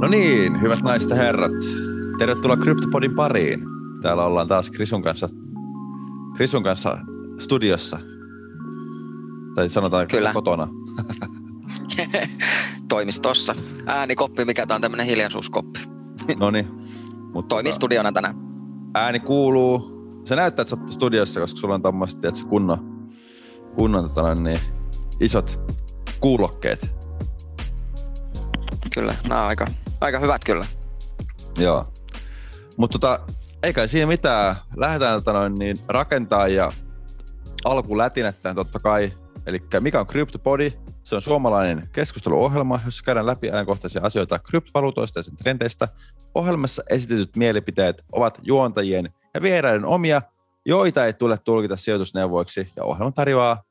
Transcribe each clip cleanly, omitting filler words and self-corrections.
No niin, hyvät naiset ja herrat. Tervetuloa CryptoPodin pariin. Täällä ollaan taas Krisun kanssa studiossa. Tai sanotaan Kyllä. kotona. Toimistossa. Äänikoppi, mikä tää on tämmönen hiljaisuuskoppi. Noniin. Toimii studiona tänään. Ääni kuuluu. Se näyttää, että sä oot studiossa, koska sulla on tommoset, tiedätkö, kunnon niin isot kuulokkeet. Kyllä, nää on aika hyvät kyllä. Joo. Mutta ei kai siinä mitään. Lähdetään niin rakentaa ja alkulätinettään totta kai. Eli mikä on CryptoPodi? Se on suomalainen keskusteluohjelma, jossa käydään läpi ajankohtaisia asioita kryptovaluutoista ja sen trendeistä. Ohjelmassa esitetyt mielipiteet ovat juontajien ja vieraiden omia, joita ei tule tulkita sijoitusneuvoiksi, ja ohjelma tarjoaa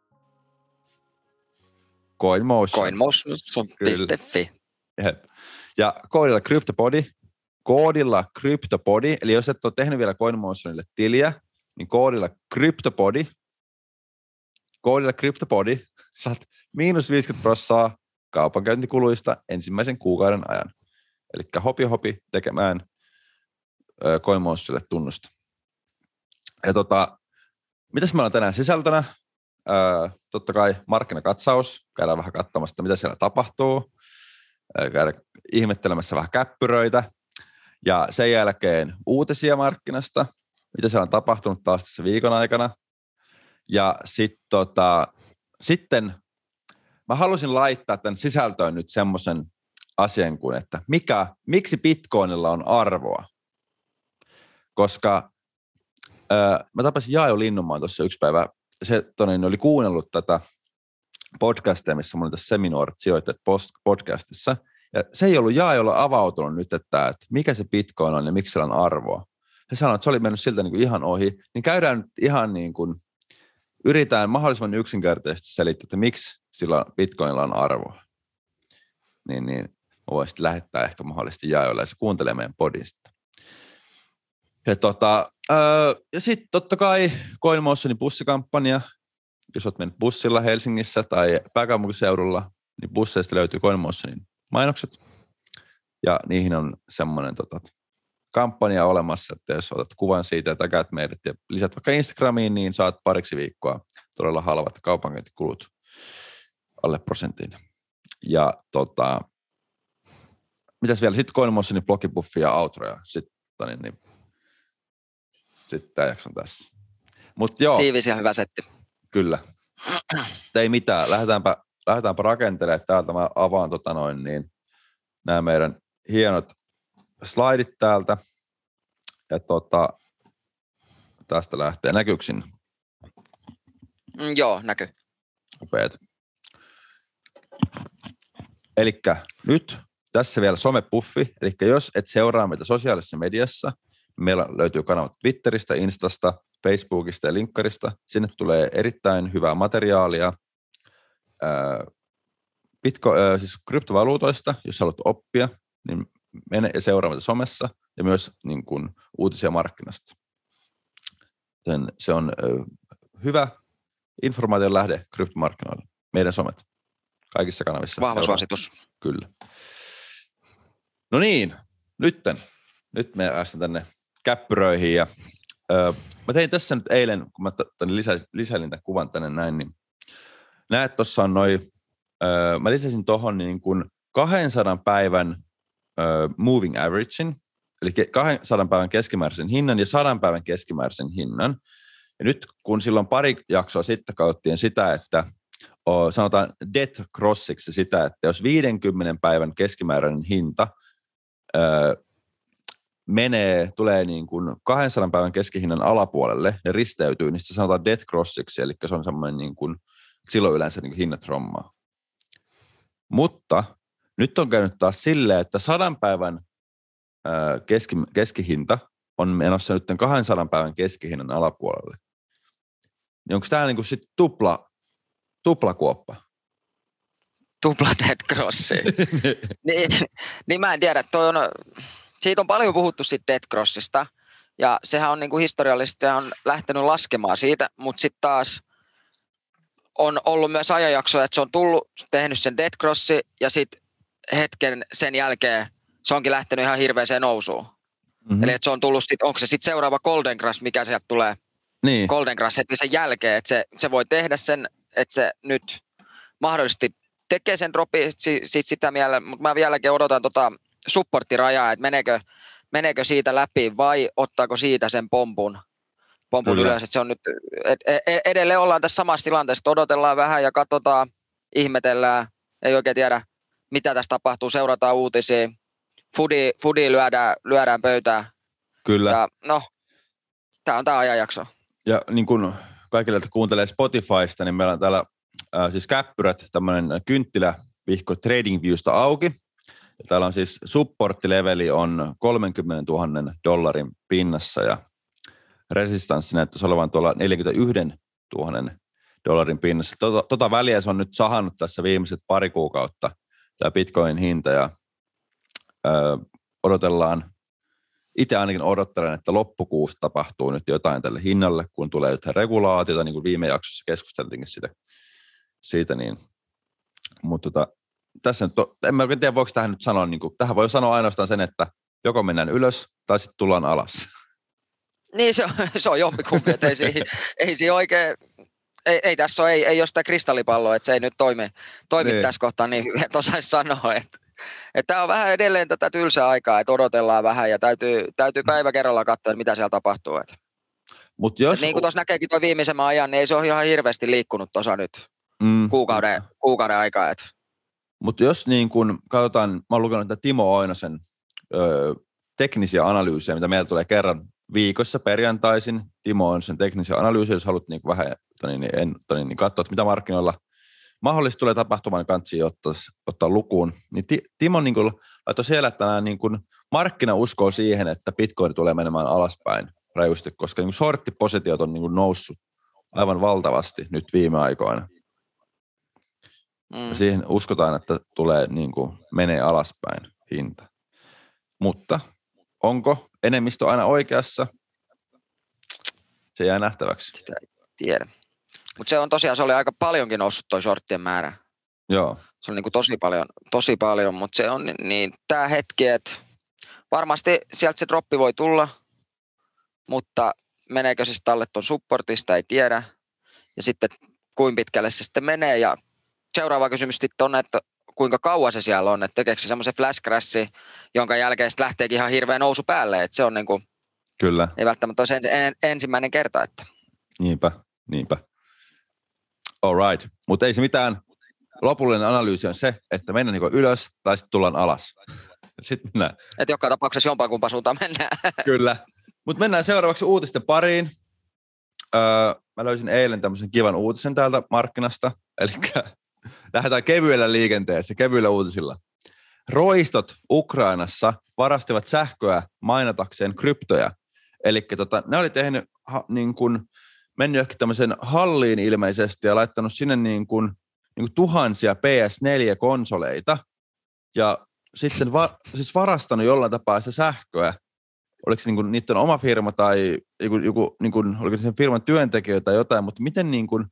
CoinMotion. CoinMotion.fi. Ja koodilla CryptoPodi, eli jos et ole tehnyt vielä CoinMotionille tiliä, niin koodilla CryptoPodi saat -50% kaupankäyntikuluista ensimmäisen kuukauden ajan. Eli hopi tekemään CoinMotionille tunnusta. Ja mitäs meillä on tänään sisältönä? Totta kai markkinakatsaus. Käydään vähän katsomassa, mitä siellä tapahtuu. Käydään ihmettelemässä vähän käppyröitä. Ja sen jälkeen uutisia markkinasta. Mitä siellä on tapahtunut taas tässä viikon aikana. Ja sitten mä halusin laittaa tämän sisältöön nyt semmoisen asian kuin, että miksi Bitcoinilla on arvoa. Koska mä tapasin Jaajo Linnunmaan tuossa yksi päivä. Se oli kuunnellut tätä podcastia, missä mä olin tässä Seminuoret sijoittajat podcastissa. Ja se ei ollut Jaajolla avautunut nyt, että mikä se Bitcoin on ja miksi sillä on arvoa. Se sanoi, että se oli mennyt siltä niin kuin ihan ohi. Niin käydään nyt ihan niin kuin, yritetään mahdollisimman yksinkertaisesti selittää, että miksi sillä Bitcoinilla on arvoa. Niin mä voisin lähettää ehkä mahdollisesti Jaajolle ja se kuuntelee meidän podista. Ja sitten totta kai CoinMotionin bussikampanja. Jos olet mennyt bussilla Helsingissä tai pääkaupunkiseudulla, niin busseista löytyy CoinMotionin mainokset. Ja niihin on semmoinen kampanja olemassa, että jos otat kuvan siitä ja täkäät meidät ja lisät vaikka Instagramiin, niin saat pariksi viikkoa todella halvat kaupankäyntikulut alle prosentin. Ja mitäs vielä? Sitten CoinMotionin blogibuffi ja outroja. Sitten tämä jakson tässä. Mut joo. Tiivis ja hyvä setti. Kyllä. Ei mitään. Lähdetäänpä rakentelemaan. Täältä mä avaan nämä meidän hienot slaidit täältä. Ja tästä lähtee. Näkyykö sinne? Joo, näkyy. Upeat. Elikkä nyt tässä vielä somepuffi. Elikkä jos et seuraa meitä sosiaalisessa mediassa, meillä löytyy kanavat Twitteristä, Instasta, Facebookista ja Linkkarista. Sinne tulee erittäin hyvää materiaalia siis kryptovaluutoista, jos haluat oppia, niin mene ja seuraa meitä somessa ja myös niin kuin, uutisia markkinasta. Se on hyvä informaation lähde kryptomarkkinoille. Meidän somet kaikissa kanavissa. Vahva suositus. Kyllä. No niin, nyt me päästään tänne käppyröihin ja mä tein tässä nyt eilen, kun mä lisäilin tämän kuvan tänne näin, niin näet tuossa on mä lisäsin tuohon niin kuin 200 päivän moving averagein, eli 200 päivän keskimääräisen hinnan ja 100 päivän keskimääräisen hinnan. Ja nyt kun silloin pari jaksoa sitten kauttiin sitä, että sanotaan death crossiksi sitä, että jos 50 päivän keskimääräinen hinta tulee niin kuin 200 päivän keskihinnan alapuolelle ja risteytyy, niin se sanotaan death crossiksi, eli se on semmoinen niin kuin, silloin yleensä niin kuin hinnat rommaa. Mutta nyt on käynyt taas silleen, että 100 päivän keskihinta on menossa nyt 200 päivän keskihinnan alapuolelle. Niin onko tämä niin kuin sitten tuplakuoppa? Tupla dead crossi. niin mä en tiedä, siitä on paljon puhuttu siitä dead crossista, ja sehän on niin kuin historiallisesti on lähtenyt laskemaan siitä, mutta sitten taas on ollut myös ajanjaksoja, että se on tehnyt sen dead crossi, ja sitten hetken sen jälkeen se onkin lähtenyt ihan hirveäseen nousuun. Mm-hmm. Eli että se on tullut, onko se sitten seuraava Golden Crush, mikä sieltä tulee niin. Golden Crush heti sen jälkeen, että se voi tehdä sen, että se nyt mahdollisesti tekee sen dropi sitä mielellä, mutta mä vieläkin odotan supporttirajaa, että meneekö siitä läpi vai ottaako siitä sen pompun ylös. Että se on nyt, edelleen ollaan tässä samassa tilanteessa, että odotellaan vähän ja katsotaan, ihmetellään, ei oikein tiedä mitä tässä tapahtuu, seurataan uutisia, foodie lyödään pöytään. Kyllä. Ja no, tämä on tämä ajanjakso. Ja niin kuin kaikille, jotka kuuntelee Spotifysta, niin meillä on täällä siis käppyrät, tämmöinen kynttilävihko TradingViewsta auki. Ja täällä on siis supporttileveli on $30,000 pinnassa ja resistanssi näyttäisi olevan tuolla $41,000 pinnassa. Tota väliä se on nyt sahannut tässä viimeiset pari kuukautta, tämä Bitcoin hinta, ja odotellaan, itse ainakin odottelen, että loppukuussa tapahtuu nyt jotain tälle hinnalle, kun tulee jotain regulaatiota, niin kuin viime jaksossa keskusteltiinkin siitä niin. Mutta tässä nyt, en mä oikein tiedä, voiko tähän nyt sanoa, niin kuin, tähän voi sanoa ainoastaan sen, että joko mennään ylös tai sitten tullaan alas. Niin, se on jompikumpi, että ei siinä oikein, ei tässä ole, ei ole sitä kristallipalloa, että se ei nyt toimi niin tässä kohtaa niin hyvin, että osaisi sanoa, että tämä on vähän edelleen tätä tylsää aikaa, että odotellaan vähän ja täytyy päivä kerrallaan katsoa, mitä siellä tapahtuu. Mut jos niin kuin tuossa näkeekin tuon viimeisemmän ajan, niin ei se ole ihan hirveästi liikkunut tuossa nyt kuukauden aikaa. Mutta jos niin kun katsotaan, mä oon lukenut Timo Oinosen teknisiä analyysejä, mitä meillä tulee kerran viikossa perjantaisin. Timo Oinosen teknisiä analyysejä, jos haluat niin vähän katsoa, että mitä markkinoilla mahdollisesti tulee tapahtumaan, niin kannattaa ottaa lukuun. Niin Timo niin kun laittoi siellä, että niin kun markkina uskoo siihen, että Bitcoin tulee menemään alaspäin rajusti, koska niin shorttipositiot on niin kun noussut aivan valtavasti nyt viime aikoina. Ja siihen uskotaan, että tulee niin kuin menee alaspäin hinta. Mutta onko enemmistö aina oikeassa? Se jää nähtäväksi. Sitä ei tiedä. Mutta se on tosiaan, se oli aika paljonkin noussut toi shorttien määrä. Joo. Se on niin kuin tosi paljon, mutta se on niin tämä hetki, että varmasti sieltä se droppi voi tulla, mutta meneekö se sitten alle ton supportista, ei tiedä. Ja sitten kuinka pitkälle se sitten menee ja seuraava kysymys sitten on, että kuinka kauan se siellä on, että tekeekö se semmoisen flash crashi, jonka jälkeen sitten lähteekin ihan hirveä nousu päälle, että se on niin kuin, kyllä. Ei välttämättä ole se ensimmäinen kerta. Että. Niinpä. All right, mutta ei se mitään, lopullinen analyysi on se, että mennään niin ylös tai sitten tullaan alas. Sitten mennään. Että joka tapauksessa jompaakumpaan suuntaan mennään. Kyllä, mutta mennään seuraavaksi uutisten pariin. Mä löysin eilen tämmöisen kivan uutisen täältä markkinasta, eli lähdetään kevyellä liikenteessä, kevyillä uutisilla. Roistot Ukrainassa varastivat sähköä mainatakseen kryptoja. Eli ne oli tehnyt mennyt johonkin tämmöisen halliin ilmeisesti ja laittanut sinne niin kuin tuhansia PS4-konsoleita ja sitten siis varastanut jollain tapaa sitä sähköä. Oliko se niiden oma firma tai joku oliko se sen firman työntekijöitä tai jotain, mutta miten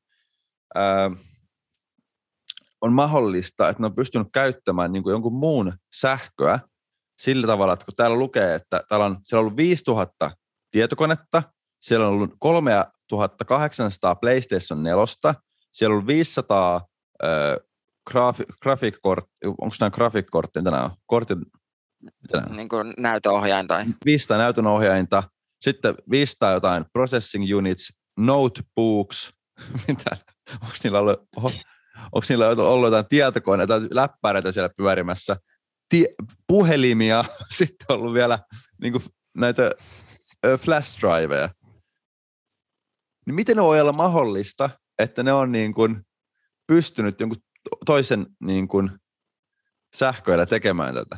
on mahdollista, että ne on pystynyt käyttämään jonkun muun sähköä sillä tavalla, että kun täällä lukee, että siellä on ollut 5000 tietokonetta, siellä on ollut 3800 PlayStation 4, siellä on ollut 500 grafiikkorttia, onko nämä grafiikkorttia, mitä nämä on? Niin kuin näytönohjainta. 500 näytönohjainta, sitten 500 jotain processing units, notebooks, mitä, onko niillä ollut jotain tietokoneita, läppäreitä siellä pyörimässä, puhelimia, sitten on ollut vielä näitä flash driveja. Niin miten ne voi olla mahdollista, että ne on pystynyt jonkun toisen sähköillä tekemään tätä?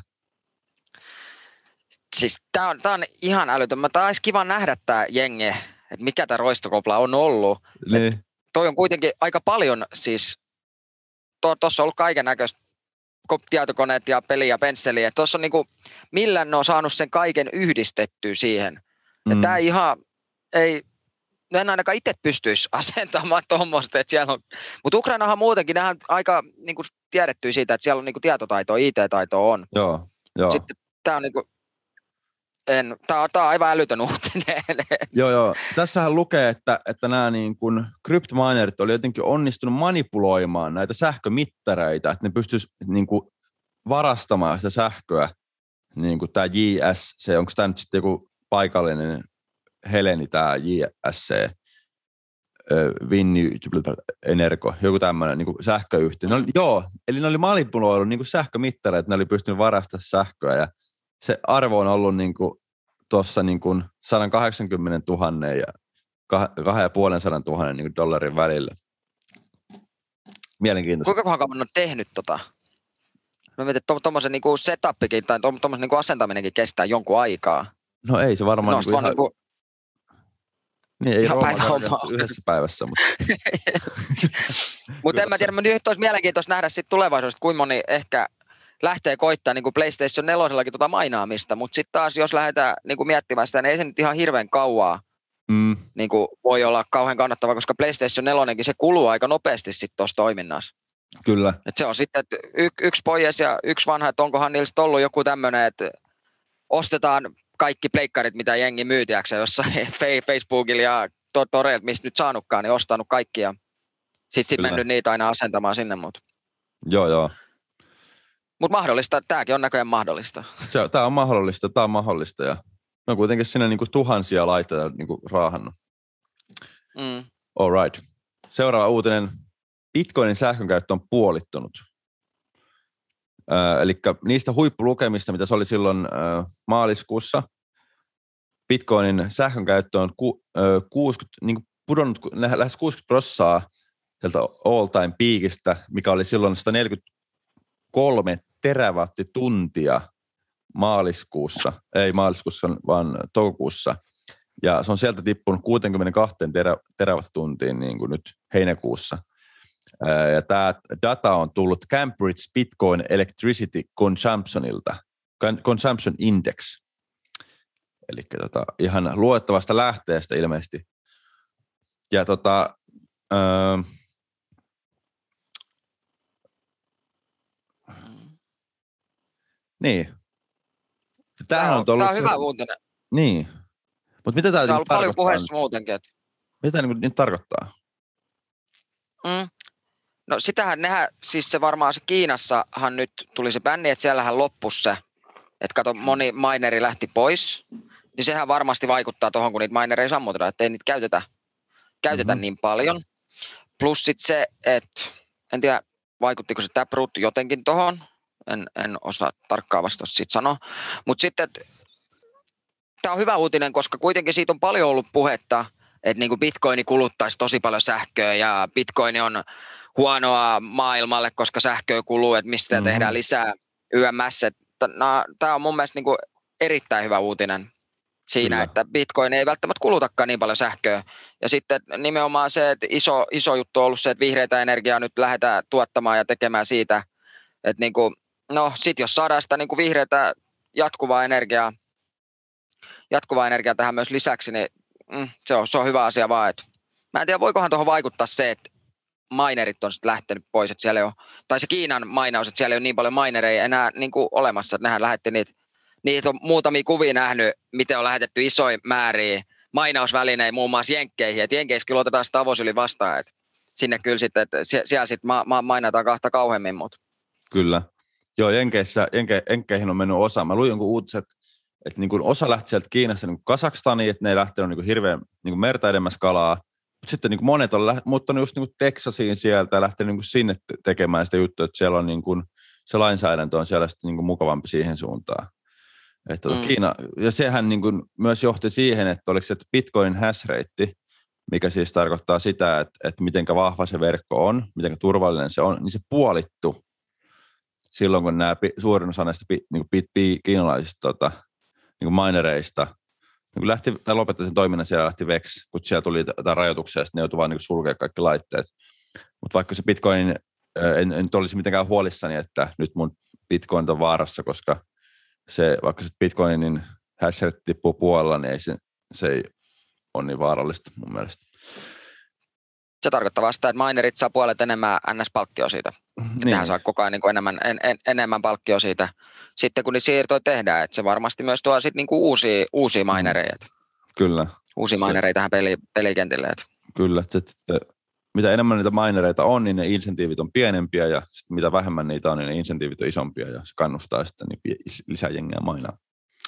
Siis tää on ihan älytön. Tää olisi kiva nähdä tää jengi, että mikä tää roistokopla on ollut. Niin. Toi on kuitenkin aika paljon siis, tuossa on ollut kaiken näköistä tietokoneet ja peli ja pensseliä. Tuossa on millä ne on saanut sen kaiken yhdistettyä siihen. Ja tää ihan ei, no en ainakaan itse pystyisi asentamaan tuommoista, että siellä on, mutta Ukrainahan muutenkin, nehän aika tiedettyä siitä, että siellä on tietotaitoa, IT-taitoa on. Joo. Sitten Tämä on niinku, tää on aivan älytön uutinen. Joo. Tässähän lukee, että nämä niin kuin cryptminerit oli jotenkin onnistunut manipuloimaan näitä sähkömittareita, että ne pystyisi niin kuin varastamaan sitä sähköä, niin kuin tämä JSC, onko tämä nyt sitten joku paikallinen Heleni, tämä JSC, Vinny Energo, joku tämmöinen niin kuin sähköyhtiö. Eli ne oli manipuloinut niin kuin sähkömittareita, ne oli pystynyt varastamaan sähköä, ja se arvo on ollut niin kuin tuossa niin kuin 180 000 ja 250 000 niin kuin dollarin välillä. Mielenkiintoista. Kuinka kauan on tehnyt tota? Mä mietin, että tuommoisen niinku setupikin tai tuommoisen niinku asentaminenkin kestää jonkun aikaa. No ei se varmaan niinku ihan... Niinku... Niin, ei yhdessä päivässä, mutta... Mutta en mä tiedä, nyt olisi mielenkiintoista nähdä sitten tulevaisuudessa, kuinka moni ehkä lähtee koittaa niin kuin PlayStation 4:llakin tota mainaamista, mutta sitten taas jos lähdetään niin kuin miettimään sitä, niin ei se nyt ihan hirveän kauaa niin kuin voi olla kauhean kannattava, koska PlayStation 4:kin se kuluu aika nopeasti sitten tuossa toiminnassa. Kyllä. Et se on sitten, että yksi pojas ja yksi vanha, että onkohan niillä ollut joku tämmöinen, että ostetaan kaikki pleikkarit, mitä jengi myytiäkseen jossain Facebookilla ja Toreilta, mistä nyt saanutkaan, niin ostanut kaikki ja sitten mennyt niitä aina asentamaan sinne. Joo. Mutta mahdollista, tämäkin on näköjään mahdollista. Tämä on mahdollista ja on kuitenkin siinä niinku tuhansia laitteita niinku raahannut. All right. Seuraava uutinen. Bitcoinin sähkönkäyttö on puolittunut. Eli niistä huippulukemista, mitä se oli silloin maaliskuussa, Bitcoinin sähkönkäyttö on pudonnut lähes 60% sieltä all-time peakistä, mikä oli silloin 143 terawattituntia maaliskuussa, ei maaliskuussa, vaan toukokuussa. Ja se on sieltä tippunut 62 terawattituntiin niin kuin nyt heinäkuussa. Ja tämä data on tullut Cambridge Bitcoin Electricity Consumptionilta, Consumption Index. Eli ihan luettavasta lähteestä ilmeisesti. Ja niin. Tämä on hyvä uutinen. Niin. Mutta mitä tämä on ollut paljon puheessa muutenkin. Mitä tämä nyt tarkoittaa? No sitähän siis se varmaan se Kiinassahan nyt tuli se bänni, että siellähän loppui se, että kato moni mineri lähti pois, niin sehän varmasti vaikuttaa tuohon, kun niitä minereja sammutetaan, että ei niitä käytetä niin paljon. Plus sitten se, että en tiedä vaikuttiko se Taproot jotenkin tuohon, en osaa tarkkaan vastausta siitä sanoa, mutta sitten tämä on hyvä uutinen, koska kuitenkin siitä on paljon ollut puhetta, että niin kuin Bitcoini kuluttaisi tosi paljon sähköä ja Bitcoini on huonoa maailmalle, koska sähköä kuluu, että mistä tehdään lisää YMS. Tämä on mun mielestä niin kuin erittäin hyvä uutinen siinä, että Bitcoin ei välttämättä kulutakaan niin paljon sähköä. Ja sitten nimenomaan se, että iso juttu on ollut se, että vihreitä energiaa nyt lähdetään tuottamaan ja tekemään siitä, että niin kuin, no sit jos saadaan sitä niin kuin vihreitä jatkuvaa energiaa tähän myös lisäksi, niin se on hyvä asia vaan. Että mä en tiedä, voikohan tuohon vaikuttaa se, että minerit on sitten lähtenyt pois, että siellä tai se Kiinan mainaus, että siellä ei ole niin paljon minereja enää niin kuin olemassa, että nehän lähetti niitä on muutamia kuvia nähnyt, miten on lähetetty isoja määriä mainausvälineitä muun muassa Jenkkeihin, että Jenkeissä kyllä otetaan sitä avosyli vastaan, että sinne kyllä sitten, että siellä sitten mainataan kahta kauheammin. Mutta. Kyllä. Joo, Jenkkeihin on mennyt osa. Mä luin jonkun uutiset, että niin kuin osa lähti sieltä Kiinasta niin kuin Kazakstaniin, että ne ei lähtenyt niin kuin hirveän niin kuin merta edemmäs kalaa. Mutta sitten niin kuin monet on muuttanut just niin kuin Texasiin sieltä ja lähtenyt niin kuin sinne tekemään sitä juttua, että siellä on niin kuin, se lainsäädäntö on siellä sitten niin kuin mukavampi siihen suuntaan. Että Kiina, ja sehän niin kuin myös johti siihen, että oliko se Bitcoin hash rate, mikä siis tarkoittaa sitä, että mitenkä vahva se verkko on, mitenkä turvallinen se on, niin se puolittu silloin, kun nämä suurin osa näistä niin kiinalaisista niin minereista niin lähti, tai lopetti sen toiminnan, siellä lähti veksi, kun siellä tuli jotain rajoituksia, ja sitten ne joutui vaan niin sulkea kaikki laitteet. Mutta vaikka se Bitcoin, en olisi mitenkään huolissani, että nyt mun Bitcoin on vaarassa, koska vaikka se Bitcoinin hash rate tippuu puolella, niin se ei ole niin vaarallista mun mielestä. Se tarkoittaa sitä, että minerit saa puolet enemmän NS-palkkioa siitä. Niin. Nehän saa koko ajan niin kuin enemmän palkkioa siitä sitten kun niitä siirtoja tehdään, että se varmasti myös tuo sitten niinku uusia minereita. Kyllä. Uusia minereita tähän pelikentille. Kyllä, sitten mitä enemmän niitä minereita on, niin ne insentiivit on pienempiä ja mitä vähemmän niitä on, niin ne insentiivit on isompia ja se kannustaa sitten niin lisää jengiä mainaa.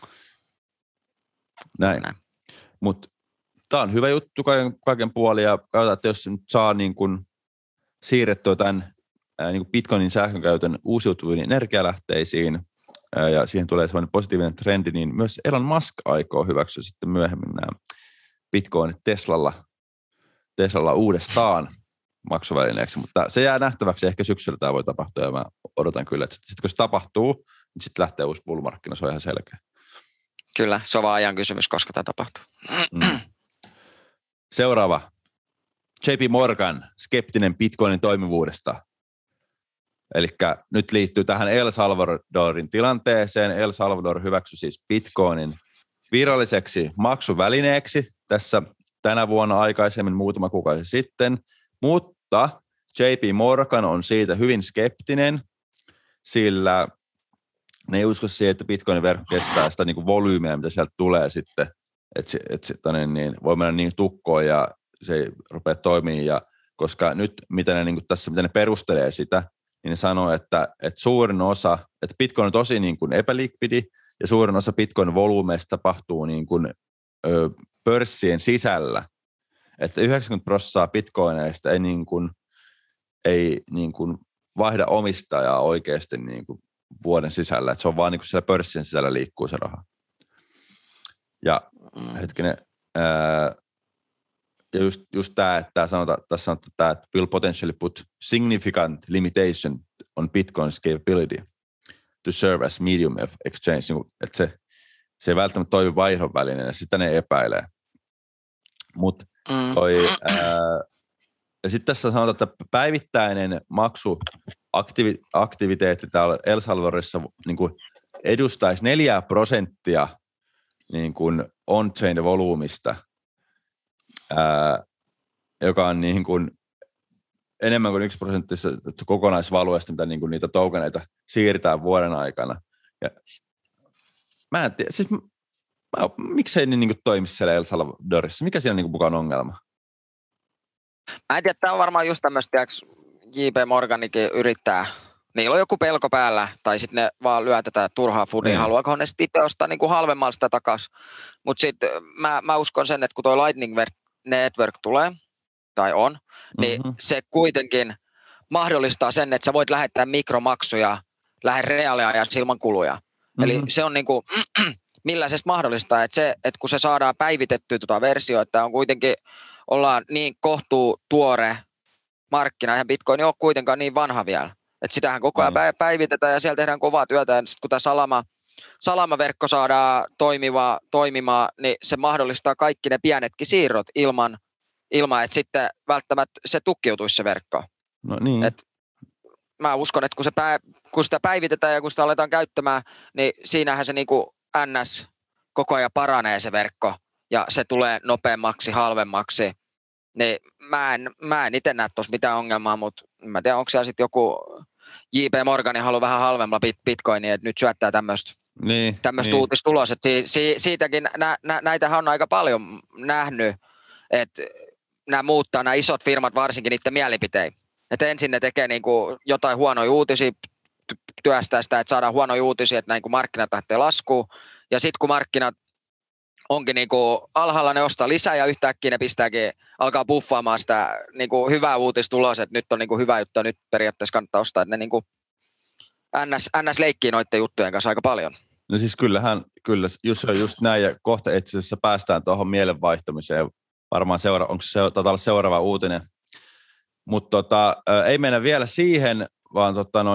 Näin. Mutta tämä on hyvä juttu kaiken puolin ja katsotaan, että jos se nyt saa niin kun siirrettyä tämän niin kun Bitcoinin sähkönkäytön uusiutuviin energialähteisiin ja siihen tulee sellainen positiivinen trendi, niin myös Elon Musk aikoo hyväksyä sitten myöhemmin nämä Bitcoinit Teslalla uudestaan maksuvälineeksi, mutta se jää nähtäväksi, ehkä syksyllä tämä voi tapahtua ja mä odotan kyllä, että sitten kun se tapahtuu, niin sitten lähtee uusi bullmarkkina, se on ihan selkeä. Kyllä, se on vaan ajan kysymys, koska tämä tapahtuu. Seuraava. JP Morgan, skeptinen Bitcoinin toimivuudesta. Eli nyt liittyy tähän El Salvadorin tilanteeseen. El Salvador hyväksyi siis Bitcoinin viralliseksi maksuvälineeksi tässä tänä vuonna aikaisemmin muutama kuukausi sitten, mutta JP Morgan on siitä hyvin skeptinen, sillä ne ei usko siihen, että Bitcoinin verkko kestää sitä niin kuin volyymiä, mitä sieltä tulee sitten, että niin voi mennä niin tukkoon ja se ei rupea toimimaan, ja koska nyt mitä ne, niin kuin tässä, mitä ne perustelee sitä, niin ne sanoo, että suurin osa, että Bitcoin on tosi niin kuin epälikvidi, ja suurin osa Bitcoin volyymeista tapahtuu niin kuin pörssien sisällä, että 90% bitcoineista ei niin kuin vaihda omistajaa oikeasti niin kuin vuoden sisällä, että se on vaan niin kuin siellä pörssien sisällä liikkuu se raha. Ja hetkinen, ja just tämä, että tässä sanotaan, että will potentially put significant limitation on Bitcoin's capability to serve as medium of exchange, että se ei välttämättä toimi vaihdon välineenä, sitä ne epäilee. Mut ja sitten tässä sanotaan, että päivittäinen maksuaktiviteetti täällä El Salvadorissa niin kuin edustaisi 4% niin kuin on-chain volyymista, joka on niin kuin enemmän kuin 1% kokonaisvaluesta, mitä niin kuin niitä tokeneita siirretään vuoden aikana. Ja mä en tiedä, siis miksei ne niin kuin toimisi siellä El Salvadorissa? Mikä siellä niin kuin mukaan on ongelma? Mä en tiedä, tämä on varmaan just tämmöistä, JP Morganikin yrittää. Niillä on joku pelko päällä, tai sitten ne vaan lyö tätä turhaa foodia. Haluaako ne sitten itse ostaa niin kuin halvemmalla sitä takaisin? Mutta sitten mä uskon sen, että kun tuo Lightning Network tulee, tai on, niin se kuitenkin mahdollistaa sen, että sä voit lähettää mikromaksuja reaaliajassa ilman kuluja. Eli se on niin kuin, millä se mahdollistaa, että kun se saadaan päivitettyä tuota versiota, että on kuitenkin, ollaan niin kohtuu tuore markkina, eihän Bitcoin ei ole kuitenkaan niin vanha vielä. Että sitähän koko ajan päivitetään ja siellä tehdään kovaa työtä, ja sitten kun tämä salamaverkko saadaan toimimaan, niin se mahdollistaa kaikki ne pienetkin siirrot ilman että sitten välttämättä se tukkiutuisi se verkko. No niin. Mä uskon, että kun sitä päivitetään ja kun sitä aletaan käyttämään, niin siinähän se niinku NS koko ajan paranee se verkko ja se tulee nopeammaksi, halvemmaksi. Niin mä en itse näe tuossa mitään ongelmaa, mutta mä tiedän, onko siellä sitten joku JP Morganin haluaa vähän halvemmalla bitcoinia, että nyt syöttää tämmöistä uutista ulos. Siitäkin näitähän on aika paljon nähnyt, että nämä isot firmat varsinkin niiden mielipiteitä. Että ensin ne tekee niinku jotain huonoja uutisia, työstää sitä, että saadaan huonoja uutisia, että näin kun markkinat lähtee laskuun. Ja sitten kun markkinat onkin niinku alhaalla, ne ostaa lisää ja yhtäkkiä ne alkaa buffaamaan sitä niinku hyvää uutista ulos, että nyt on niinku hyvä juttu, nyt periaatteessa kannattaa ostaa, että ne niinku NS leikkii noiden juttujen kanssa aika paljon. No siis kyllä, just näin ja kohta itse asiassa päästään tuohon mielenvaihtamiseen. Varmaan onko se seuraava uutinen. Mutta ei mennä vielä siihen, vaan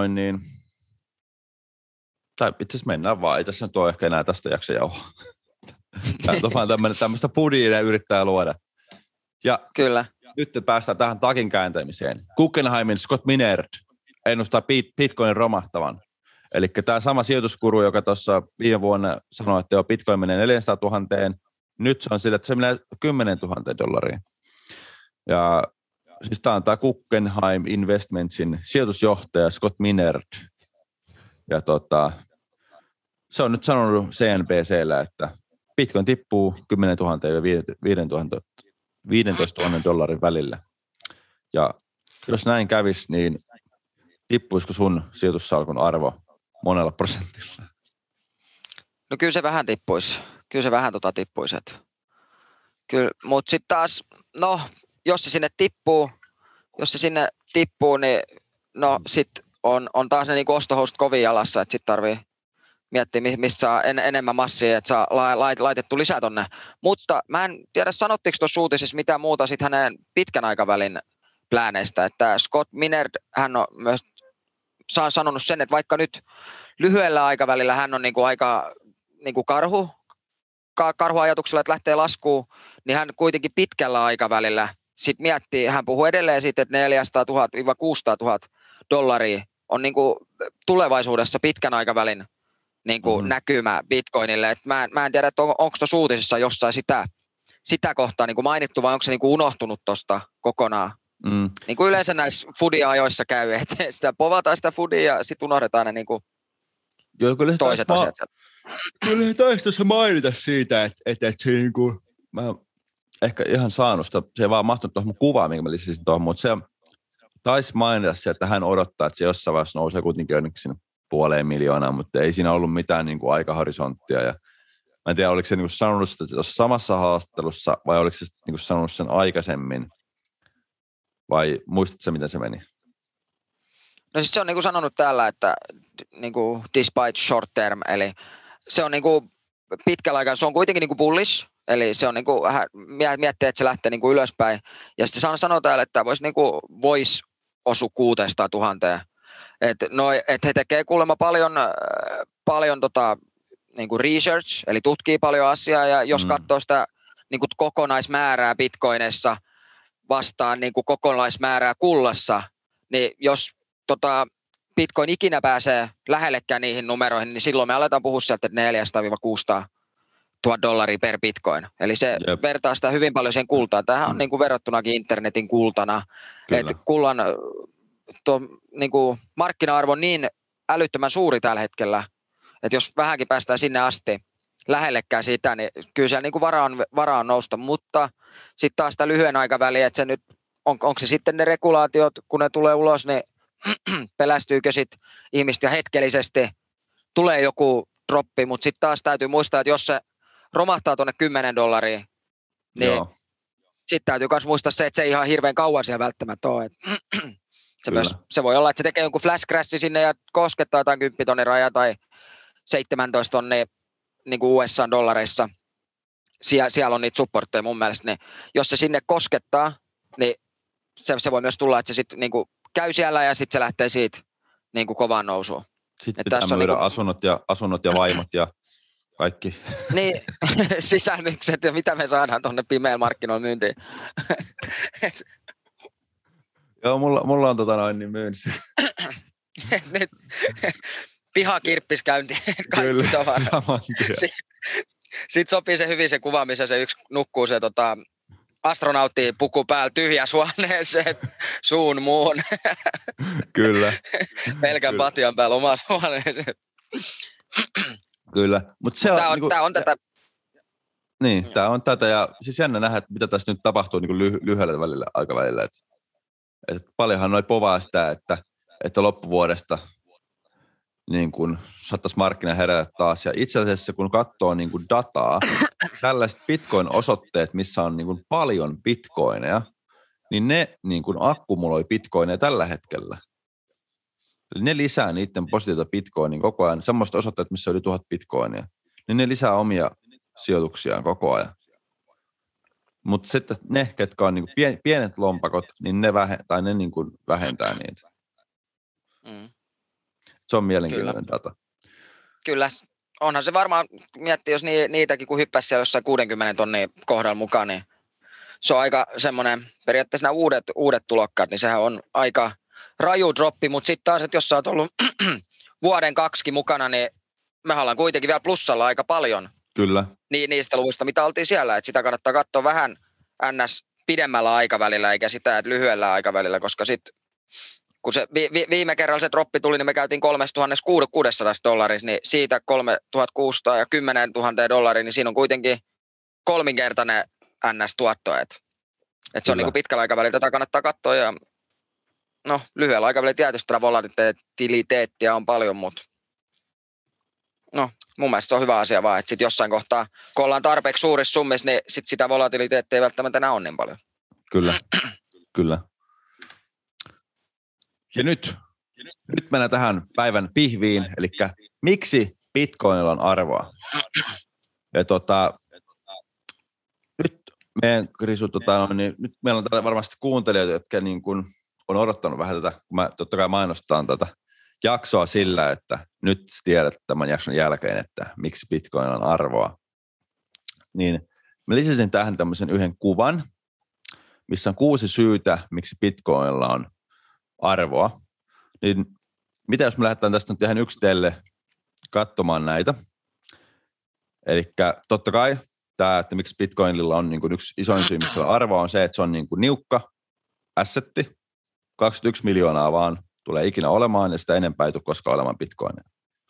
tai itse asiassa mennään vaan. Ei tässä nyt ole ehkä enää tästä jaksa jauhaa. Tämä on vaan tämmöistä foodie yrittää luoda. Ja kyllä. Nyt päästään tähän takin kääntämiseen. Guggenheimin Scott Minerd ennustaa Bitcoinin romahtavan. Eli tämä sama sijoituskuru, joka tuossa viime vuonna sanoi, että jo Bitcoin menee 400 000, nyt se on sillä, että se menee $10,000. Ja siis tämä on tämä Guggenheim Investmentsin sijoitusjohtaja Scott Minerd. Ja se on nyt sanonut CNBC:llä, että Bitcoin tippuu 10 000 ja 15 000 dollarin välillä. Ja jos näin kävisi, niin tippuisiko sun sijoitussalkun arvo monella prosentilla? No kyllä se vähän tippuisi. Kyllä se vähän tippuisi. Kyllä, mutta sitten taas, no jos se sinne tippuu, niin no sitten on taas ne niinku ostohousut kovin jalassa, että sitten tarvii miettiä, mistä saa enemmän massia, että saa laitettu lisää tonne. Mutta mä en tiedä, sanottiko tuossa uutisissa mitään muuta sitten hänen pitkän aikavälin plääneistä, että Scott Minerd, hän on myös sanonut sen, että vaikka nyt lyhyellä aikavälillä hän on niinku aika niinku karhuajatuksella, että lähtee laskuun, niin hän kuitenkin pitkällä aikavälillä sitten miettii, hän puhuu edelleen siitä, että 400 000 – 600 000 dollaria on niinku tulevaisuudessa pitkän aikavälin niinku näkymä Bitcoinille. Et mä en tiedä, että onko tuossa uutisissa jossain sitä kohtaa niinku mainittu vai onko se niinku unohtunut tuosta kokonaan. Niin kuin yleensä näissä foodie-ajoissa käy, että sitä povataan sitä foodie ja sitten unohdetaan ne niinku toiset asiat. Kyllä taisi tuossa mainita siitä, että se niinku, mä ehkä ihan saanut sitä, se ei vaan mahtunut tuohon mun kuvaan, minkä mä lisäsin tuohon, mutta se taisi mainita se, että hän odottaa, että se jossain vaiheessa nousee kuitenkin onneksi 500 000, mutta ei siinä ollut mitään niinku aikahorisonttia. Ja mä en tiedä, oliko se niinku sanonut sitä tuossa samassa haastattelussa vai oliko se niinku sanonut sen aikaisemmin vai muistatko miten se meni? No siis se on niinku sanonut täällä, että niinku despite short term, eli se on niinku pitkällä aikaa, se on kuitenkin niinku bullish, eli se on niinku miettii, että se lähtee niinku ylöspäin. Ja sitten sanoo täällä, että vois osua 600 000. Et he tekee kuulemma paljon niinku research, eli tutkii paljon asiaa, ja jos katsoo sitä niinku kokonaismäärää Bitcoinissa vastaan niinku kokonaismäärää kullassa, niin jos Bitcoin ikinä pääsee lähellekään niihin numeroihin, niin silloin me aletaan puhua sieltä 400 000 – 600 000 dollaria per Bitcoin. Eli se vertaa sitä hyvin paljon sen kultaan. Tämähän on niinku verrattunakin internetin kultana. Että kullan niinku markkina-arvo on niin älyttömän suuri tällä hetkellä, että jos vähänkin päästään sinne asti lähellekään sitä, niin kyllä siellä niinku varaa on nousta. Mutta sitten taas sitä lyhyen aikavälin, että se nyt, onko se sitten ne regulaatiot, kun ne tulee ulos, niin pelästyykö sitten ihmistä ja hetkellisesti tulee joku droppi, mutta sitten taas täytyy muistaa, että jos se romahtaa tuonne 10 dollaria, niin sitten täytyy myös muistaa se, että se ei ihan hirveän kauan siellä välttämättä ole. Se voi olla, että se tekee jonkun flash crashi sinne ja koskettaa jotain 10 tonnin rajaa tai 17 tonnia niin kuin USA-dollareissa. Siellä on niitä supportteja mun mielestä. Niin jos se sinne koskettaa, niin se voi myös tulla, että se sitten niin kuin käy siellä ja sitten se lähtee siitä niin kuin kovaan nousuun. Sitten pitää myydä niin asunnot ja vaimot ja kaikki. Niin, sisälmykset ja mitä me saadaan tuonne pimeällä markkinoilla myyntiin. Joo, mulla on niin myynnissä. Nyt pihakirppiskäynti, kaikki tavarat. Sitten sopii se hyvin se kuva, missä se yksi nukkuu se astronautti puku päällä tyhjässä huoneeseen, suun muun. Kyllä. Pelkän patjan päällä omassa huoneeseen. Kyllä. Tämä on tätä. Niin, tämä on tätä ja siis jännä nähdä, että mitä tässä nyt tapahtuu niin lyhyellä aikavälillä. Et paljonhan noi povaa sitä, että loppuvuodesta niin kun saattaisi markkina herätä taas. Ja itse asiassa kun katsoo niin kun dataa, tällaiset Bitcoin-osoitteet, missä on niin kun paljon bitcoineja, niin ne niin kun akkumuloi bitcoineja tällä hetkellä. Eli ne lisää niiden positiivista bitcoinia koko ajan. Semmoista osoitteet, missä on yli 1000 bitcoinia, niin ne lisää omia sijoituksiaan koko ajan. Mutta sitten ne, ketkä on niinku pienet lompakot, niin ne niinku vähentää niitä. Se on mielenkiintoinen data. Kyllä. Onhan se varmaan, miettii, jos niitäkin kun hyppäisi siellä jossain 60 tonnia kohdalla mukaan, niin se on aika semmoinen, periaatteessa nämä uudet tulokkaat, niin sehän on aika raju droppi, mutta sitten taas, että jos sä oot ollut vuoden 2 mukana, niin me ollaan kuitenkin vielä plussalla aika paljon. Kyllä. Niistä luvuista, mitä oltiin siellä, että sitä kannattaa katsoa vähän ns. Pidemmällä aikavälillä, eikä sitä, että lyhyellä aikavälillä, koska sitten kun se viime kerralla se droppi tuli, niin me käytiin $3,600, niin siitä 3,600 ja $10,000, niin siinä on kuitenkin kolminkertainen NS-tuotto. Että se on niin kuin pitkällä aikavälillä, tätä kannattaa katsoa. Ja no, lyhyellä aikavälillä tietysti tätä volatiliteettia on paljon, mutta no, mun mielestä se on hyvä asia vaan, että sit jossain kohtaa, kun ollaan tarpeeksi suurissa summissa, niin sit sitä volatiliteettia ei välttämättä enää ole niin paljon. Kyllä, kyllä. Ja nyt mennään tähän päivän pihviin, eli miksi Bitcoinilla on arvoa? Ja nyt meidän Krisu, niin nyt meillä on täällä varmasti kuuntelijoita, jotka niin kuin on odottanut vähän tätä, kun mä totta kai mainostan tätä jaksoa sillä, että nyt tiedät tämän jakson jälkeen, että miksi Bitcoinilla on arvoa. Niin mä lisäsin tähän tämmöisen yhden kuvan, missä on 6 syytä, miksi Bitcoinilla on arvoa. Niin mitä jos me lähdetään tästä nyt ihan yksitellen katsomaan näitä? Eli totta kai tämä, että miksi Bitcoinilla on niin kuin yksi isoin syy, missä on arvoa, on se, että se on niin kuin niukka assetti. 21 miljoonaa vaan tulee ikinä olemaan, ja sitä enempää ei tule koskaan olemaan Bitcoinia.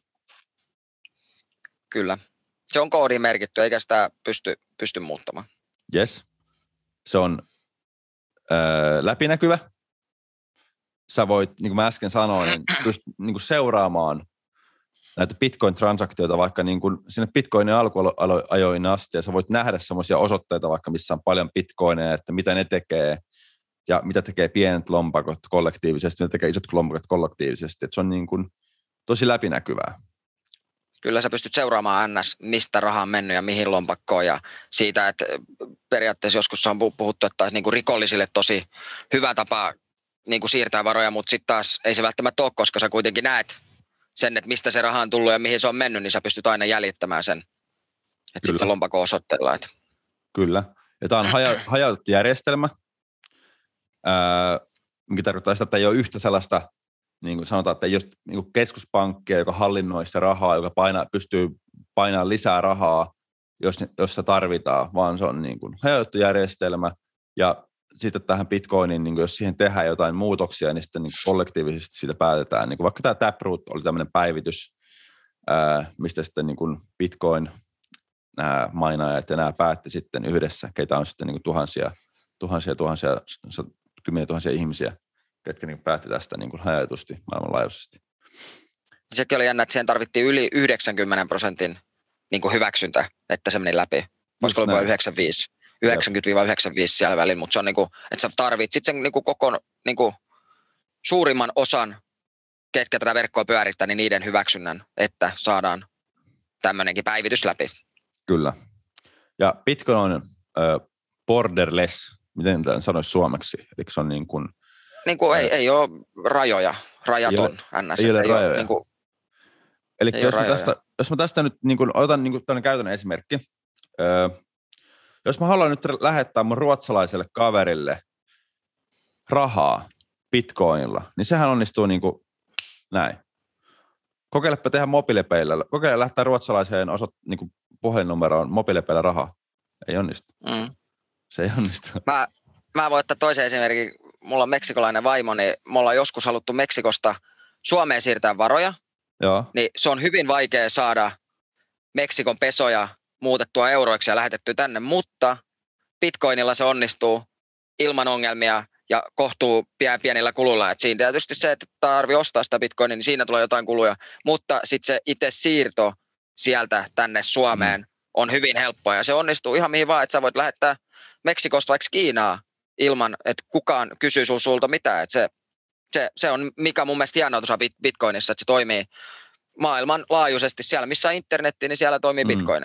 Kyllä. Se on koodiin merkitty, eikä sitä pysty muuttamaan. Yes. Se on läpinäkyvä. Sä voit, niin kuin mä äsken sanoin, pystyt niin kuin seuraamaan näitä Bitcoin-transaktioita vaikka niin kuin sinne Bitcoinin alkuajoin asti, ja sä voit nähdä semmoisia osoitteita vaikka, missä on paljon Bitcoineja, että mitä ne tekee, ja mitä tekee pienet lompakot kollektiivisesti, mitä tekee isot lompakot kollektiivisesti. Että se on niin kuin tosi läpinäkyvää. Kyllä sä pystyt seuraamaan NS, mistä raha on mennyt ja mihin lompakkoon, ja siitä, että periaatteessa joskus on puhuttu, että olisi niin kuin rikollisille tosi hyvä tapa niin kuin siirtää varoja, mutta sitten taas ei se välttämättä ole, koska sä kuitenkin näet sen, että mistä se raha on tullut ja mihin se on mennyt, niin sä pystyt aina jäljittämään sen, että sitten se lompakko osoitteella. Että. Kyllä, ja tämä on hajautettu järjestelmä, mikä tarkoittaa sitä, että ei ole yhtä sellaista, niin kuin sanotaan, että ei ole niin kuin keskuspankkia, joka hallinnoi sitä rahaa, joka pystyy painamaan lisää rahaa, jos se tarvitaan, vaan se on niin kuin hajautettu järjestelmä, ja sitten tähän Bitcoiniin, niin jos siihen tehdään jotain muutoksia, niin sitten niin kollektiivisesti siitä päätetään. Niin vaikka tämä Taproot oli tämmöinen päivitys, mistä sitten niin Bitcoin, nämä mainaajat ja nämä päätti sitten yhdessä, keitä on sitten niin tuhansia, kymmeniä tuhansia ihmisiä, ketkä niin päätti tästä niin hajautusti maailmanlaajuisesti. Sekin oli jännä, että siihen tarvittiin yli 90% niin hyväksyntä, että se meni läpi. Voisiko olla 95? 90-95 siellä välillä, mutta se on niinku, että sä tarvitset sen niinku koko niinku suurimman osan, ketkä tätä verkkoa pyörittää, niin niiden hyväksynnän, että saadaan tämmöinenkin päivitys läpi. Kyllä. Ja Bitcoin on borderless, miten tämän sanoisi suomeksi? Eli se on niin kuin ei ole rajoja, rajaton NS. Ei ole rajoja. Eli jos mä tästä nyt niin kuin, otan niin kuin tällainen käytännön esimerkki, jos mä haluan nyt lähettää mun ruotsalaiselle kaverille rahaa Bitcoinilla, niin sehän onnistuu niin kuin näin. Kokeilepa tehdä mobiilepeillä. Kokeile lähteä ruotsalaiseen niin kuin puhelinnumeroon mobiilepeillä rahaa. Ei onnistu. Se ei onnistu. Mä voin ottaa toisen esimerkin. Mulla on meksikolainen vaimo, niin me ollaan joskus haluttu Meksikosta Suomeen siirtää varoja. Joo. Niin se on hyvin vaikea saada Meksikon pesoja muutettua euroiksi ja lähetettyä tänne, mutta Bitcoinilla se onnistuu ilman ongelmia ja kohtuu pienillä kuluilla. Et siinä tietysti se, että tarvii ostaa sitä Bitcoinia, niin siinä tulee jotain kuluja, mutta sitten se itse siirto sieltä tänne Suomeen on hyvin helppoa ja se onnistuu ihan mihin vaan, että sä voit lähettää Meksikosta vaikka Kiinaa ilman, että kukaan kysyy sulta mitään. Et se on mikä mun mielestä hienoa tuossa Bitcoinissa, että se toimii maailmanlaajuisesti siellä, missä on internetti, niin siellä toimii Bitcoin.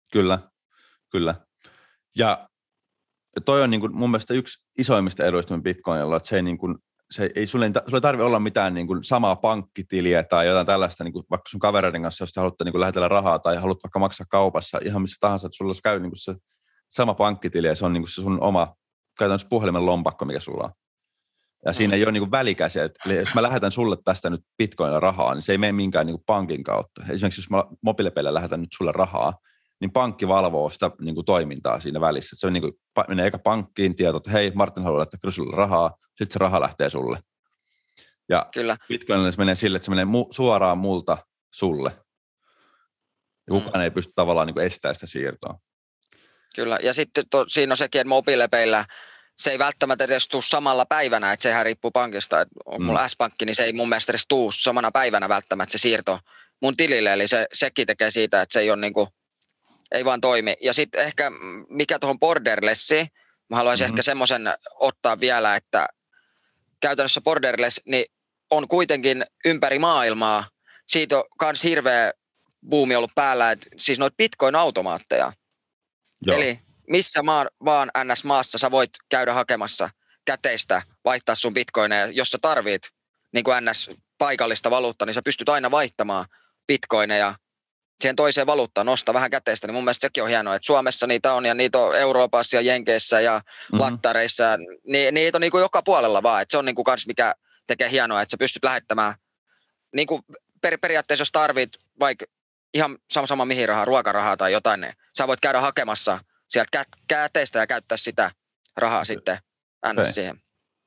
Kyllä. Ja toi on niin kuin mun mielestä yksi isoimmista eduista Bitcoinilla, että sulle ei tarvitse olla mitään niin kuin samaa pankkitiliä tai jotain tällaista, niin kuin vaikka sun kavereiden kanssa, jos te haluatte niin kuin lähetellä rahaa tai haluat vaikka maksaa kaupassa ihan missä tahansa, että sulla käy niin kuin se sama pankkitili ja se on niin kuin se sun oma käytännössä puhelimen lompakko, mikä sulla on. Ja siinä ei ole niin kuin välikäsiä. Eli jos mä lähetän sulle tästä nyt Bitcoinilla rahaa, niin se ei mene minkään niin kuin pankin kautta. Esimerkiksi jos mä mobiilepeillä lähetän nyt sulle rahaa, niin pankki valvoo sitä niin kuin toimintaa siinä välissä. Se on niin kuin, menee eka pankkiin tieto, että hei, Martin haluaa laittaa Krysulle rahaa, sitten se raha lähtee sulle. Ja Kyllä. Bitcoinilla se menee sille, että se menee suoraan multa sulle. Ja kukaan ei pysty tavallaan niin kuin estämään sitä siirtoa. Kyllä, ja sitten siinä on sekin, että mobiilepeillä se ei välttämättä edes tule samalla päivänä, että sehän riippuu pankista, että on mulla S-pankki, niin se ei mun mielestä edes tule samana päivänä välttämättä se siirto mun tilille, eli sekin tekee siitä, että se ei ole niin kuin, ei vaan toimi. Ja sitten ehkä mikä tuohon borderlessiin, mä haluaisin ehkä semmoisen ottaa vielä, että käytännössä borderless niin on kuitenkin ympäri maailmaa, siitä on myös hirveä buumi ollut päällä, että siis noita bitcoin-automaatteja. Joo. Eli missä vaan NS-maassa sä voit käydä hakemassa käteistä, vaihtaa sun bitcoineja, jos sä tarvit niin kuin NS-paikallista valuuttaa, niin sä pystyt aina vaihtamaan bitcoineja siihen toiseen valuuttaan, nostaa vähän käteistä, niin mun mielestä sekin on hienoa, että Suomessa niitä on ja niitä on Euroopassa ja Jenkeissä ja lattareissa, niitä on niin kuin joka puolella vaan, että se on niin kuin kans mikä tekee hienoa, että sä pystyt lähettämään, niin kuin periaatteessa jos tarvit vaikka ihan sama mihin rahaa, ruokarahaa tai jotain, niin sä voit käydä hakemassa sieltä käteistä ja käyttää sitä rahaa sitten siihen.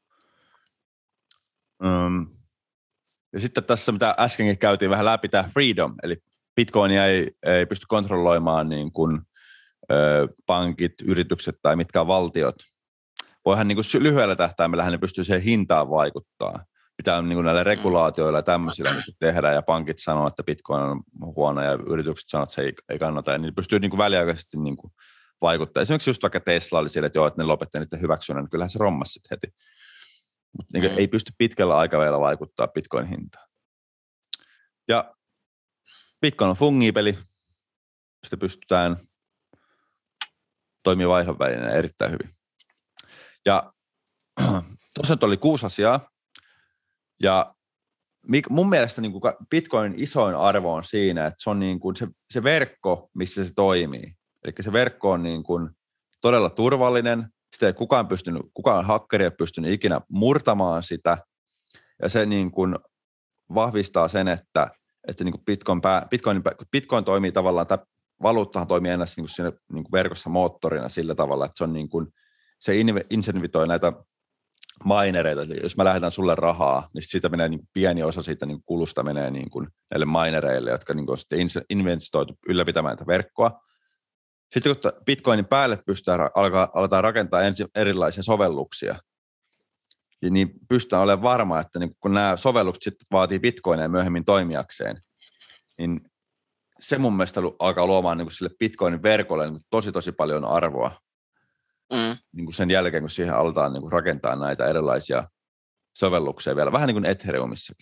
Ja sitten tässä, mitä äskenkin käytiin vähän läpi, tämä freedom, eli Bitcoinia ei pysty kontrolloimaan niin kuin, pankit, yritykset tai mitkään valtiot. Voihan niin kuin lyhyellä tähtäimellä ne pystyy siihen hintaan vaikuttaa. Pitää niin kuin näillä regulaatioilla ja tämmöisillä niin kuin tehdä, ja pankit sanoo, että Bitcoin on huono, ja yritykset sanoo, että se ei kannata, ja niin pystyy niin kuin väliaikaisesti niin kuin vaikuttaa. Esimerkiksi just vaikka Tesla oli sille, että joo, että ne lopetti niiden hyväksynnän, niin kyllähän se rommasi sitten heti. Mutta niin ei pysty pitkällä aikavälillä vaikuttaa Bitcoin hintaan. Ja Bitcoin on fungipeli. Sitä pystytään toimimaan vaihdon välineenä erittäin hyvin. Ja tosiaan oli 6 asiaa. Ja mun mielestä niin kuin Bitcoinin isoin arvo on siinä, että se on niin kuin se verkko, missä se toimii. Eli se verkko on niin kuin todella turvallinen. Sitä ei kukaan hakkeri ei pystynyt ikinä murtamaan sitä. Ja se niin kuin vahvistaa sen, että niin kuin Bitcoin toimii tavallaan, tai valuuttahan toimii ennäs niin kuin siinä niin kuin verkossa moottorina sillä tavalla, että se on niin kuin, se insentivitoi näitä minereita. Eli jos mä lähetän sulle rahaa, niin siitä menee niin kuin pieni osa siitä niin kuin kulusta menee niin kuin näille minereille, jotka niin kuin on sitten investoitu ylläpitämään tätä verkkoa. Sitten kun Bitcoinin päälle aletaan rakentaa erilaisia sovelluksia, niin pystytään olemaan varma, että niin kun nämä sovellukset sitten vaatii Bitcoinia myöhemmin toimijakseen, niin se mun mielestä alkaa luomaan niin kuin sille Bitcoinin verkolle niin tosi paljon arvoa. Niin kuin sen jälkeen, kun siihen aletaan niin kuin rakentaa näitä erilaisia sovelluksia vielä, vähän niin kuin Ethereumissakin.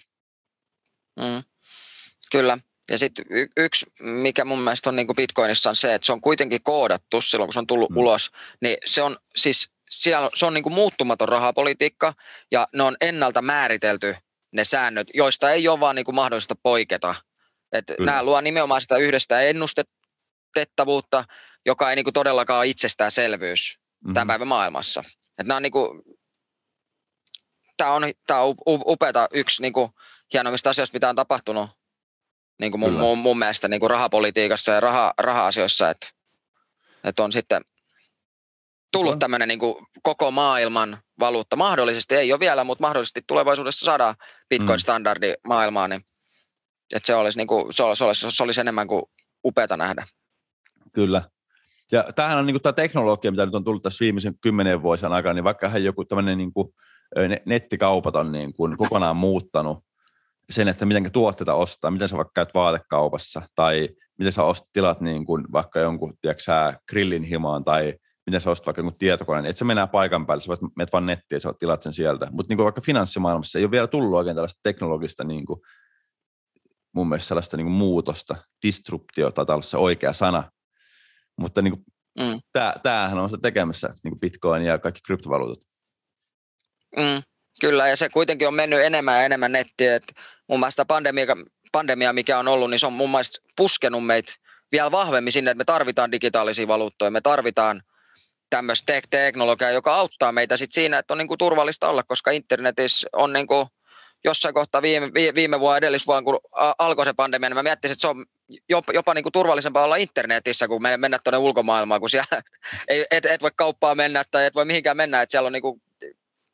Kyllä. Ja sitten yksi, mikä mun mielestä on niin kuin Bitcoinissa on se, että se on kuitenkin koodattu silloin, kun se on tullut ulos, niin se on siis se on niin kuin muuttumaton rahapolitiikka ja ne on ennalta määritelty ne säännöt, joista ei ole vaan niin kuin mahdollista poiketa. Että nämä luo nimenomaan sitä yhdestä ennustettavuutta, joka ei niin kuin todellakaan ole itsestäänselvyys tämän päivän maailmassa. Että nämä on niin kuin, tämä on upeata yksi niin kuin hienoimmista asioista, mitä on tapahtunut niin kuin mun mielestä niin kuin rahapolitiikassa ja raha-asioissa, että on sitten tullut tämmöinen niin kuin koko maailman valuutta. Mahdollisesti, ei ole vielä, mutta mahdollisesti tulevaisuudessa saadaan Bitcoin-standardi maailmaan, niin että se olisi, niin kuin, se olisi enemmän kuin upeata nähdä. Kyllä. Ja tämähän on niin kuin tämä teknologia, mitä nyt on tullut tässä viimeisen 10 vuosien aikana, niin vaikka joku tämmöinen niin kuin nettikaupat on niin kuin kokonaan muuttanut sen, että miten tuotteita ostaa, miten sä vaikka käyt vaatekaupassa tai miten sä tilat niin kuin vaikka jonkun, tiedätkö grillin himaan tai miten sä ostat vaikka jonkun tietokoneen, niin et sä mennään paikan päälle, sä menet vaan nettiin ja sä tilat sen sieltä. Mutta niin kuin vaikka finanssimaailmassa ei ole vielä tullut oikein tällaista teknologista niin kuin, mun mielestä sellaista niin kuin muutosta, disruptio taitaa olla se oikea sana, mutta niin kuin, tämähän on se tekemässä niin kuin Bitcoin ja kaikki kryptovaluutat. Kyllä, ja se kuitenkin on mennyt enemmän ja enemmän nettiin, että mun mielestä pandemia, mikä on ollut, niin se on mun mielestä puskenut meitä vielä vahvemmin sinne, että me tarvitaan digitaalisia valuuttoja, me tarvitaan tämmöistä teknologiaa, joka auttaa meitä sit siinä, että on niinku turvallista olla, koska internetissä on niinku jossain kohtaa viime vuonna, edellisvuonna, kun alkoi se pandemia, niin mä miettisin, että se on jopa niinku turvallisempaa olla internetissä, kun mennä tuonne ulkomaailmaan, kun siellä et voi kauppaa mennä tai et voi mihinkään mennä, että siellä on niinku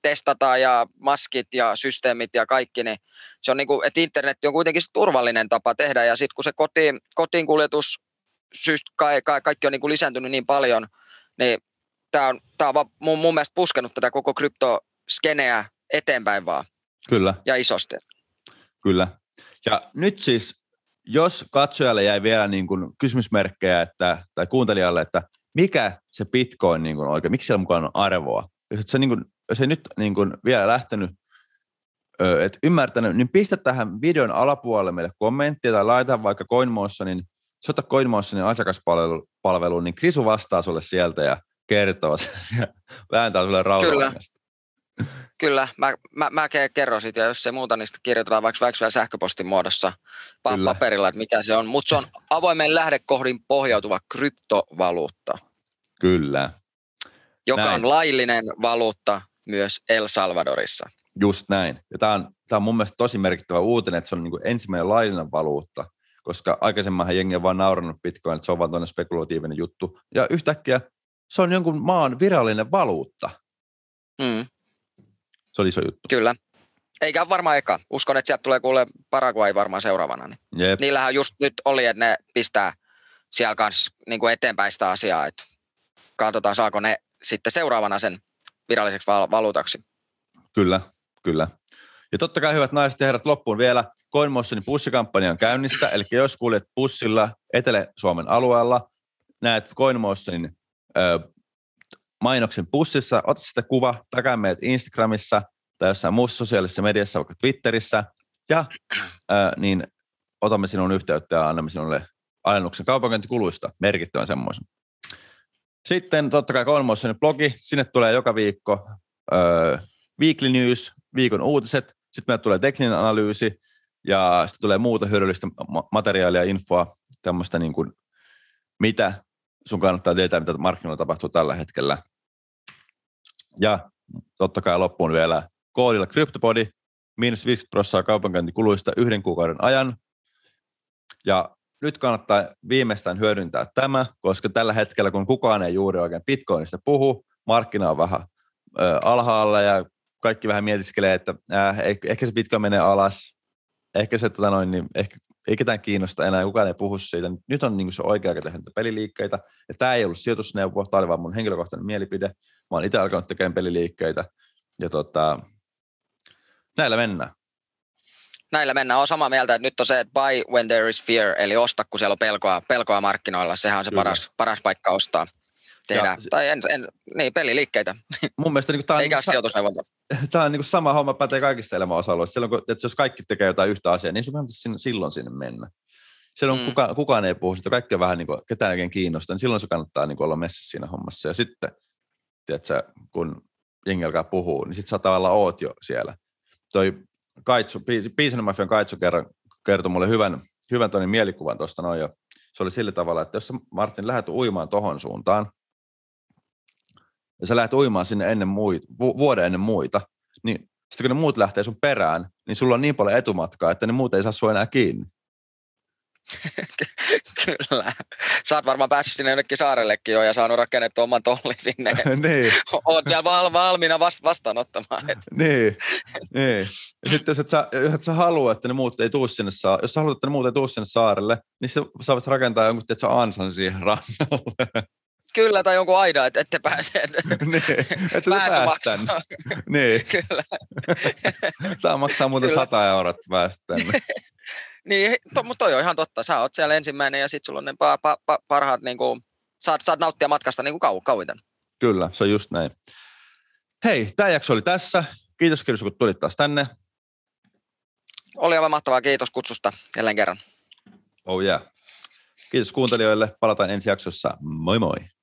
testataan ja maskit ja systeemit ja kaikki, niin se on niin kuin, että internet on kuitenkin turvallinen tapa tehdä ja sitten kun se kotiin kuljetus, kaikki on niin kuin lisääntynyt niin paljon, niin tämä on mun mielestä puskenut tätä koko kryptoskeneä eteenpäin vaan. Kyllä. Ja isosti. Kyllä. Ja nyt siis, jos katsojalle jäi vielä niin kuin kysymysmerkkejä tai kuuntelijalle, että mikä se Bitcoin niin kuin oikein, miksi siellä mukaan on arvoa? Jos ei nyt niin kuin vielä lähtenyt, että ymmärtänyt, niin pistä tähän videon alapuolelle meille kommenttia tai laita vaikka CoinMotionin, sota CoinMotionin asiakaspalveluun, niin Krisu vastaa sulle sieltä ja kertoo ja vääntää sulle rautalangasta. Kyllä, mä kerron siitä, ja jos se muuta, niin kirjoitetaan vaikka vielä sähköpostin muodossa paperilla, että mikä se on. Mutta se on avoimen lähdekohdin pohjautuva kryptovaluutta. Kyllä. Joka on laillinen valuutta myös El Salvadorissa. Just näin. Ja tämä on mun mielestä tosi merkittävä uutinen, että se on niin kuin ensimmäinen laillinen valuutta, koska aikaisemminhan jengi on vaan naurannut Bitcoin, että se on vaan toinen spekulatiivinen juttu. Ja yhtäkkiä se on jonkun maan virallinen valuutta. Se oli iso juttu. Kyllä. Eikä varmaan eka. Uskon, että sieltä tulee kuule Paraguay varmaan seuraavana. Niin. Niillähän just nyt oli, että ne pistää siellä kanssa niin kuin eteenpäin sitä asiaa. Että katsotaan, saako ne sitten seuraavana sen viralliseksi valuutaksi. Kyllä. Ja totta kai hyvät naiset ja herrat, loppuun vielä. CoinMotionin pussikampanja on käynnissä. Eli jos kuljet bussilla Etelä-Suomen alueella, näet CoinMotionin mainoksen bussissa, ota sitä kuva, takaa meidät Instagramissa tai jossain muussa sosiaalisessa mediassa, vaikka Twitterissä, ja niin otamme sinun yhteyttä ja annamme sinulle alennuksen kaupankäyntikuluista, merkittävän semmoisen. Sitten totta kai CoinMotionin blogi, sinne tulee joka viikko weekly news, viikon uutiset, sitten meille tulee tekninen analyysi, ja sitten tulee muuta hyödyllistä materiaalia, infoa, tämmöistä niin kuin, mitä sun kannattaa tietää, mitä markkinoilla tapahtuu tällä hetkellä. Ja totta kai loppuun vielä koodilla CryptoPodi, -50% kaupankäyntikuluista 1 kuukauden ajan. Ja nyt kannattaa viimeistään hyödyntää tämä, koska tällä hetkellä, kun kukaan ei juuri oikein Bitcoinista puhu, markkina on vähän alhaalla ja kaikki vähän mietiskelee, että ehkä se Bitcoin menee alas, ehkä se ei ketään kiinnosta enää, kukaan ei puhu siitä. Nyt on niin se oikea aika tehdä peliliikkeitä. Ja tämä ei ollut sijoitusneuvo, tämä oli vaan mun henkilökohtainen mielipide. Mä oon itse alkanut tekemään peliliikkeitä. Ja näillä mennään. Näillä mennään. Olen samaa mieltä, että nyt on se, että buy when there is fear, eli osta, kun siellä on pelkoa markkinoilla. Sehän on se paras paikka ostaa. Tehdä. Niin, peliliikkeitä. Mun mielestä niin eikä ole sijoitusneuvonta. Tämä on niin sama homma pätee kaikissa elämän osa-alueissa. Että jos kaikki tekee jotain yhtä asiaa, niin sun kannattaa silloin sinne mennä. Silloin kukaan ei puhu sitä, kaikki on vähän niin kuin, ketään oikein kiinnostaa, niin silloin se kannattaa niin kuin olla messissä siinä hommassa. Ja sitten, tiedätkö, kun jengi alkaa puhua, niin sitten sä tavallaan oot jo siellä. Toi Piisanen Mafian Kaitsu kertoi mulle hyvän toinen mielikuvan tuosta noin, ja se oli sillä tavalla, että jos sä, Martin, lähdet uimaan tohon suuntaan, ja sä lähdet uimaan sinne vuoden ennen muita, niin sitten kun ne muut lähtee sun perään, niin sulla on niin paljon etumatkaa, että ne muut ei saa sua enää kiinni. Kyllä. Sä oot varmaan päässyt sinne jonnekin saarellekin jo ja saanut rakennettua oman tollin sinne. Niin. Oot siellä valmiina vastaanottamaan. Niin. Ja sitten jos et sä halua, että ne muut ei tuu sinne jos sä haluat, että ne muut ei tuu sinne saarelle, niin sä voit rakentaa jonkun, että sä ansan siihen rannalle. Kyllä, tai jonkun aidan, että ette pääse. Niin, että pääse tänne. Niin. Kyllä. Tämä maksaa muuten 100 euroa, että päästä tänne. Niin, mutta toi on ihan totta. Sä oot siellä ensimmäinen ja sit sulla on ne parhaat, niin kuin, saat nauttia matkasta niin kuin kauiten. Kyllä, se on just näin. Hei, tämä jakso oli tässä. Kiitos Kirsu, kun tulit taas tänne. Oli aivan mahtavaa. Kiitos kutsusta jälleen kerran. Oh yeah. Kiitos kuuntelijoille. Palataan ensi jaksossa. Moi moi.